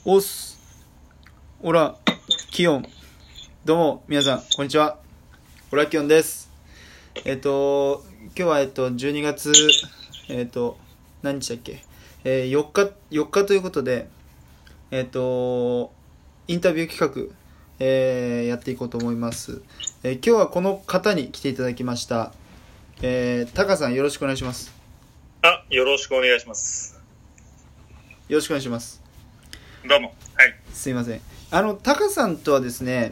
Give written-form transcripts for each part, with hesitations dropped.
おっす。オラ、キヨン。どうも、皆さん、こんにちは。オラキヨンです。今日は、12月、何日だっけ4日ということで、インタビュー企画、やっていこうと思います。今日はこの方に来ていただきました。タカさん、よろしくお願いします。 よろしくお願いします。 よろしくお願いします。 どうも。はい。 すいません。タカさんとはですね、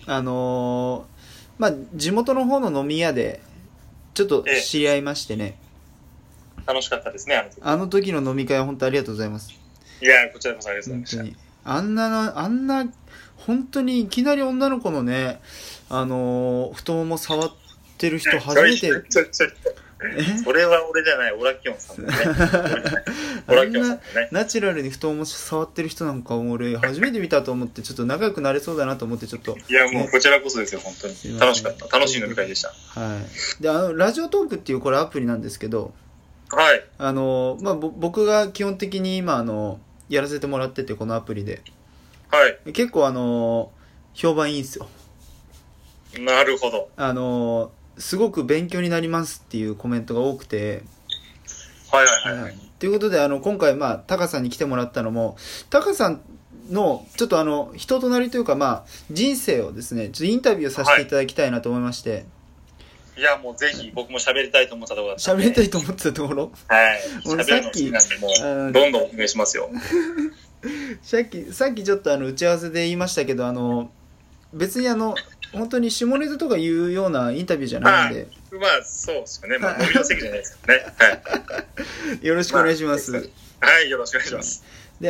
地元の方の飲み屋で、ちょっと知り合いましてね。 楽しかったですね、 あの時の飲み会は本当ありがとうございます。 いや、こちらこそありがとうございました。 あんな、本当にいきなり女の子のね、太もも触ってる人初めて。 それは俺じゃない、オラキヨンさんだね。オラキヨンさんだね。 ナチュラルに太もも触ってる人なんか俺初めて見たと思って、ちょっと仲良くなれそうだなと思ってちょっと。 いや、もうこちらこそですよ、本当に。楽しかった。楽しい飲み会でした。 はい。で、ラジオトークっていうこれアプリなんですけど、 はい。 僕が基本的に今やらせてもらってて、このアプリで。 はい。 結構評判いいんですよ。 なるほど。 すごく勉強になりますっていうコメントが多くて。 はいはいはい。 ということで、今回、タカさんに来てもらったのも、タカさんの、ちょっと人となりというか、人生をですね、ちょっとインタビューさせていただきたいなと思いまして。 いや、もうぜひ、僕も喋りたいと思ったところだったんで。 喋りたいと思ってたところはい。喋るの好きなんで、もう、どんどんお願いしますよ。 さっきちょっと打ち合わせで言いましたけど、別に本当に下ネタとか言うようなインタビューじゃないんで。 そうですよね。飲みの席じゃないですよね。 はい。よろしくお願いします。 はい、よろしくお願いします。 で、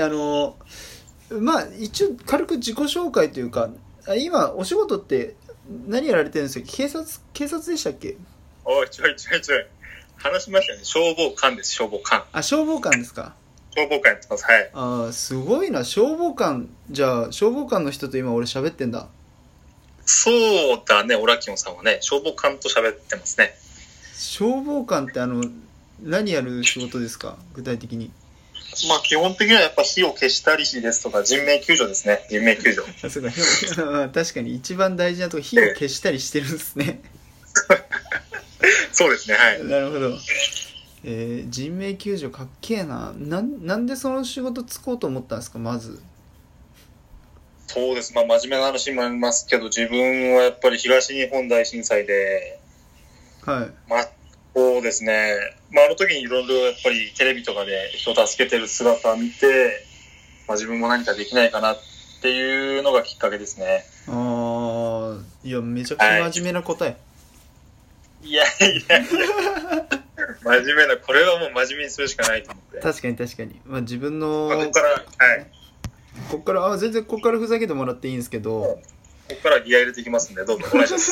一応軽く自己紹介というか、今、お仕事って何やられてるんですか？警察でしたっけ？ おい、ちょい。話しましたね。消防官です、消防官。 消防官ですか？ 消防官やってます、はい。 すごいな、消防官。じゃあ、消防官の人と今俺喋ってんだ。 そうだね、オラキオンさんはね、消防官と喋ってますね。 消防官って何やる仕事ですか、具体的に？ 基本的にはやっぱ火を消したりですとか、人命救助ですね、人命救助。 そうか、確かに一番大事なところ、火を消したりしてるんですね。 そうですね、はい。 なるほど。人命救助かっけえな。なんでその仕事つこうと思ったんですか、まず？ そうです。真面目な話もありますけど、自分はやっぱり東日本大震災で、 はい。 そうですね。あの時にいろいろやっぱりテレビとかで人を助けてる姿を見て、自分も何かできないかなっていうのがきっかけですね。 いや、めちゃくちゃ真面目な答え。 いや。真面目な、これはもう真面目にするしかないと思って。 確かに。自分の、 ここから、はい。 こっから全然こっからふざけてもらっていいんですけど、 ここからギア入れていきますんで、どうぞお願いします。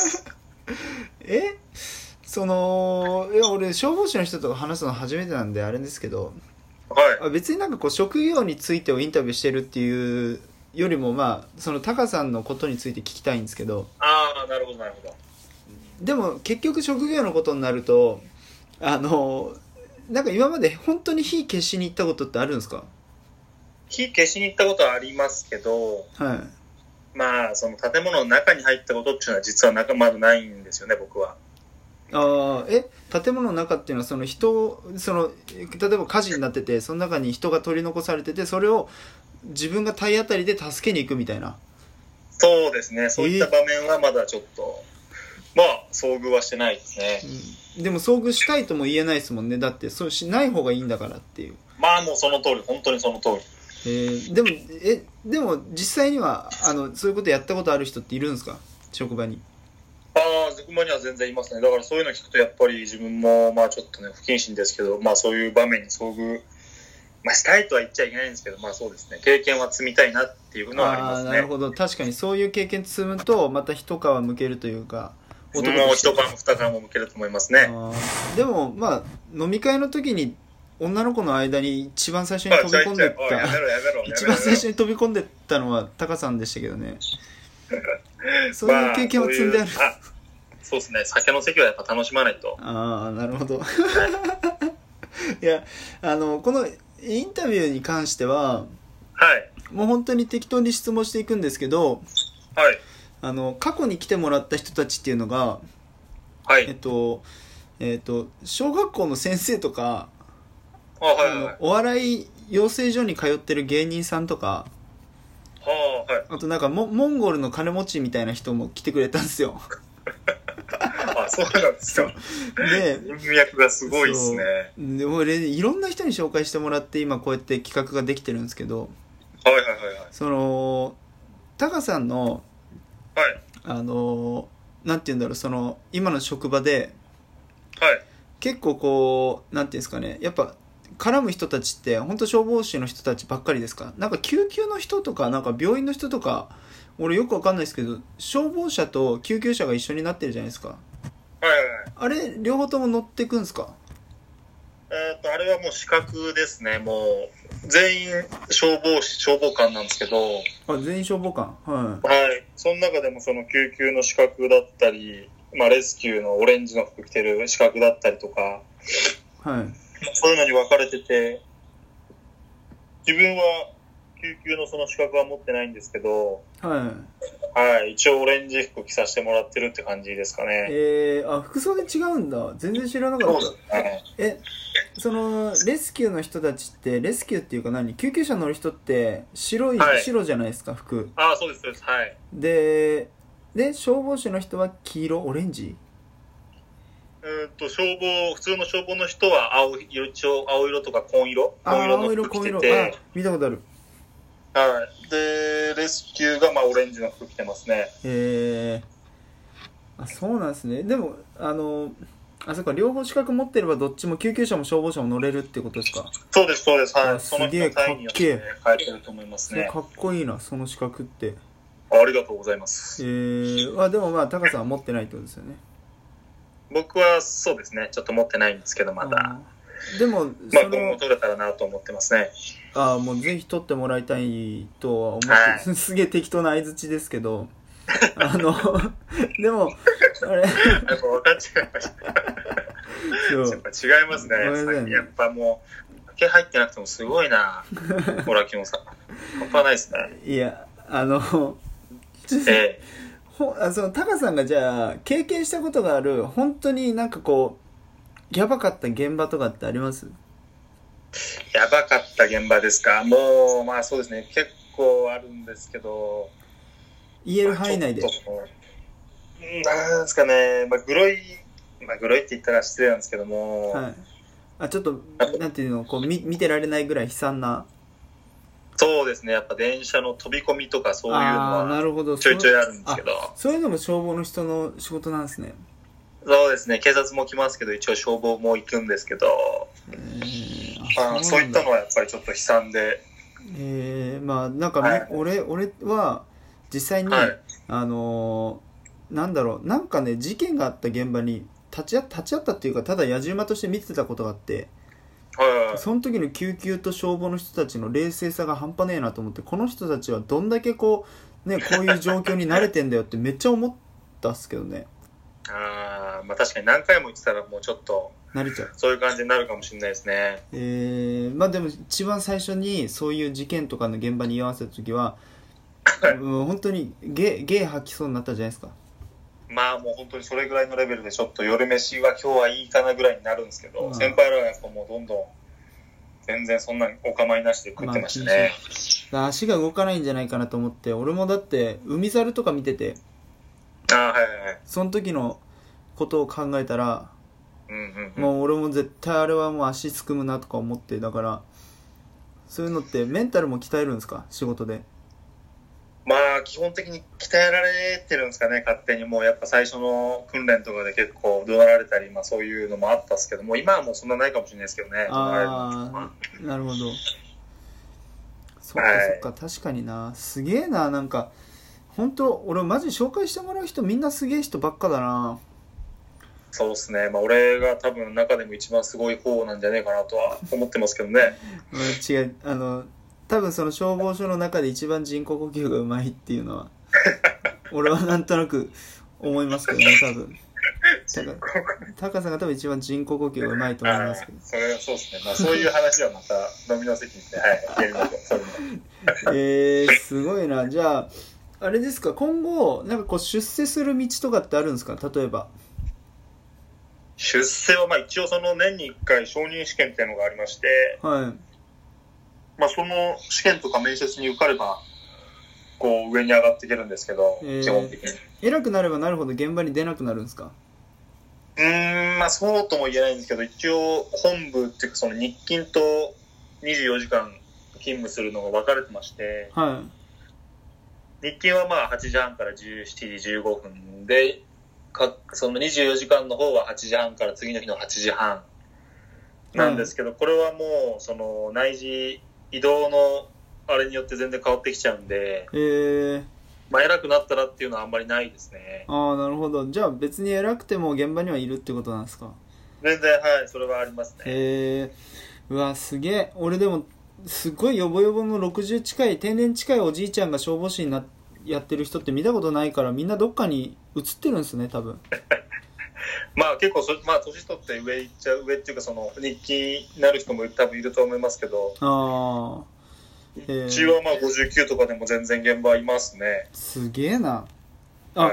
俺消防士の人と話すの初めてなんであれですけど、 はい。 別になんかこう職業についてをインタビューしてるっていうよりもそのタカさんのことについて聞きたいんですけど。 なるほど。 でも結局職業のことになるとなんか今まで本当に火消しに行ったことってあるんですか？ 火消しに行ったことはありますけど、 はい。 その建物の中に入ったことっていうのは実はまだないんですよね、僕は。 建物の中っていうのは例えば火事になってて、その中に人が取り残されてて、それを自分が体当たりで助けに行くみたいな。 そうですね、そういった場面はまだちょっと、遭遇はしてないですね。 でも遭遇したいとも言えないですもんね。だってそうしない方がいいんだからっていう。 もうその通り、本当にその通り。 でも実際にはそういうことやったことある人っているんですか、職場に？ 職場には全然いますね。だからそういうの聞くとやっぱり自分もちょっとね、不謹慎ですけど、そういう場面に遭遇、したいとは言っちゃいけないんですけど、そうですね、経験は積みたいなっていうのはありますね。 なるほど。確かにそういう経験積むとまた一皮むけるというか、 もう一皮も二皮もむけると思いますね。 でも飲み会の時に女の子の間に一番最初に飛び込んでった一番最初に飛び込んでったのはタカさんでしたけどね。そういう経験は積んである。 そうですね、酒の席はやっぱ楽しまないと。 なるほど。いや、このインタビューに関してははい。 もう本当に適当に質問していくんですけど、 はい。 過去に来てもらった人たちっていうのが、 はい。 小学校の先生とか、 はいはいはい。 お笑い養成所に通ってる芸人さんとか、 はい。 あとなんかモンゴルの金持ちみたいな人も来てくれたんですよ。 あ、そうなんですか。 で、 人脈がすごいですね。 で俺いろんな人に紹介してもらって今こうやって企画ができてるんですけど、 はいはいはいはい。 そのタカさんのはい。 なんて言うんだろう、その今の職場ではい。 結構こうなんていうんですかね、やっぱ絡む人たちって本当消防士の人たちばっかりですか？なんか救急の人とかなんか病院の人とか俺よくわかんないですけど、消防車と救急車が一緒になってるじゃないですか。 はいはいはい。 あれ両方とも乗ってくんですか？ あれはもう資格ですね。もう、全員消防官なんですけど、 全員消防官。ははい。その中でもその救急の資格だったり、まあレスキューのオレンジの服着てる資格だったりとか、 い。はい。 そういうのに分かれてて、自分は救急のその資格は持ってないんですけど、 はい。 はい。一応オレンジ服着させてもらってるって感じですかね。 服装で違うんだ。全然知らなかっそうですた。 ね。 そのレスキューの人たちってレスキューっていうか救急車乗る人ってはい。 白じゃないですか、服ああ、そうです、そうです。はい。 で。消防士の人は黄色オレンジ。 普通の消防の人は一応青色とか紺色の青色服着て紺色。 て、 見たことある。 はい。で、レスキューがまあオレンジの服着てますね。 そうなんですね。でもそっか、両方資格持ってればどっちも救急車も消防車も乗れるってことですか？ そうです、そうです。はい。その人のすげえか単位によってっけえ。 変えてると思いますね。 それかっこいいな、その資格って。 ありがとうございます。 でもまあタカさんは持ってないってことですよね。 僕はそうですね、ちょっと持ってないんですけど、まだ。 でもまあ今後取れたらなと思ってますね。 もうぜひ取ってもらいたいとは思って、 はい、 すげえ適当な相槌ですけど、でもあれやっぱ分かっちゃいました。やっぱ違いますね。やっぱもう酒入ってなくてもすごいな、ホラキモさん。半端ないですね。 いやええ。 そのタカさんがじゃあ経験したことがある本当になんかこうやばかった現場とかってあります？ やばかった現場ですか？もうまあそうですね、結構あるんですけど、 言える範囲内で。 なんですかね、グロいって言ったら失礼なんですけども、 はい。ちょっとなんていうの、こう見てられないぐらい悲惨な。 そうですね、やっぱ電車の飛び込みとかそういうのはちょいちょいあるんですけど、 そういうのも消防の人の仕事なんですね。 そうですね、警察も来ますけど一応消防も行くんですけど、そういったのはやっぱりちょっと悲惨で、 まあなんか、はい、俺は実際に、はい、なんだろう、なんかね、事件があった現場に立ち会ったっていうか、ただ野じ馬として見てたことがあって、はい、その時の救急と消防の人たちの冷静さが半端ねえなと思って、この人たちはどんだけこういう状況に慣れてんだよってめっちゃ思ったっすけどね。 まあ確かに何回も言ってたらもうちょっと慣れちゃう、 そういう感じになるかもしれないですね。 まあでも一番最初にそういう事件とかの現場に居合わせた時はもう本当にゲー吐きそうになったじゃないですか。 まあもう本当にそれぐらいのレベルでちょっと夜飯は今日はいいかなぐらいになるんですけど、先輩らはやっぱもうどんどん全然そんなお構いなしで食ってましたね。 足が動かないんじゃないかなと思って、俺もだって海猿とか見てて、 はいはいはい、 その時のことを考えたら、もう俺も絶対あれはもう足すくむなとか思って、だからそういうのってメンタルも鍛えるんですか、仕事で？ まあ基本的に鍛えられてるんですかね、勝手に。もうやっぱ最初の訓練とかで結構怒鳴られたり、まあそういうのもあったんですけども、今はもうそんなないかもしれないですけどね。 なるほど。そっかそっか、はい、確かにな。すげえな、なんか本当俺マジ紹介してもらう人みんなすげえ人ばっかだな。 そうですね、まあ俺が多分中でも一番すごい方なんじゃねえかなとは思ってますけどね。 違う、多分その消防署の中で一番人工呼吸がうまいっていうのは俺はなんとなく思いますけどね、多分。タカさんが多分一番人工呼吸がうまいと思いますけど。 それはそうですね。まあそういう話はまた飲みの席に行って、はい、やりましょう。 すごいな。じゃああれですか、今後なんかこう出世する道とかってあるんですか？例えば出世はまあ一応その年に1回承認試験っていうのがありまして、 はい。 まあその試験とか面接に受かればこう上に上がっていけるんですけど、基本的に偉くなればなるほど現場に出なくなるんですか？ まあそうとも言えないんですけど、一応本部っていうかその日勤と24時間勤務するのが分かれてまして、 は日勤はまあ8時半から17時15分で、その24時間の方は8時半から次の日の8時半なんですけど、これはもうその内示移動のあれによって全然変わってきちゃうんで、まあ偉くなったらっていうのはあんまりないですね。 ああ、なるほど。じゃあ別に偉くても現場にはいるってことなんですか？ 全然、はい、それはありますね。 うわ、すげえ。俺でもすごいヨボヨボの60近い定年近いおじいちゃんが消防士にやってる人って見たことないから、みんなどっかに移ってるんですね、多分。 まあ結構まあ年取って上行っちゃう、上っていうかその日記になる人も多分いると思いますけど、 ああ、 うちはまあ59とかでも全然現場いますね。 すげえな。 はい。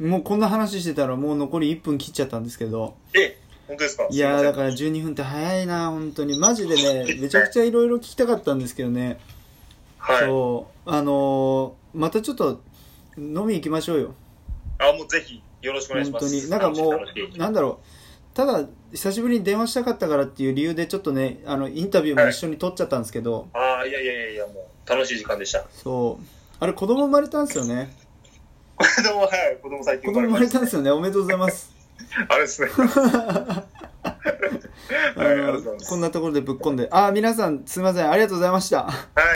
もうこんな話してたらもう残り1分切っちゃったんですけど。 本当ですか？ いやーだから12分って早いな、本当にマジでね。めちゃくちゃいろいろ聞きたかったんですけどね。 はい。 そうまたちょっと飲み行きましょうよ。 もうぜひよろしくお願いします。 本当になんかもうなんだろう、ただ久しぶりに電話したかったからっていう理由でちょっとね、インタビューも一緒に撮っちゃったんですけど、 いやもう楽しい時間でした。 そうあれ子供生まれたんですよね。 子供最近生まれたんですよね。おめでとうございます。 あれですね。 こんなところでぶっこんで、皆さんすいません、ありがとうございました。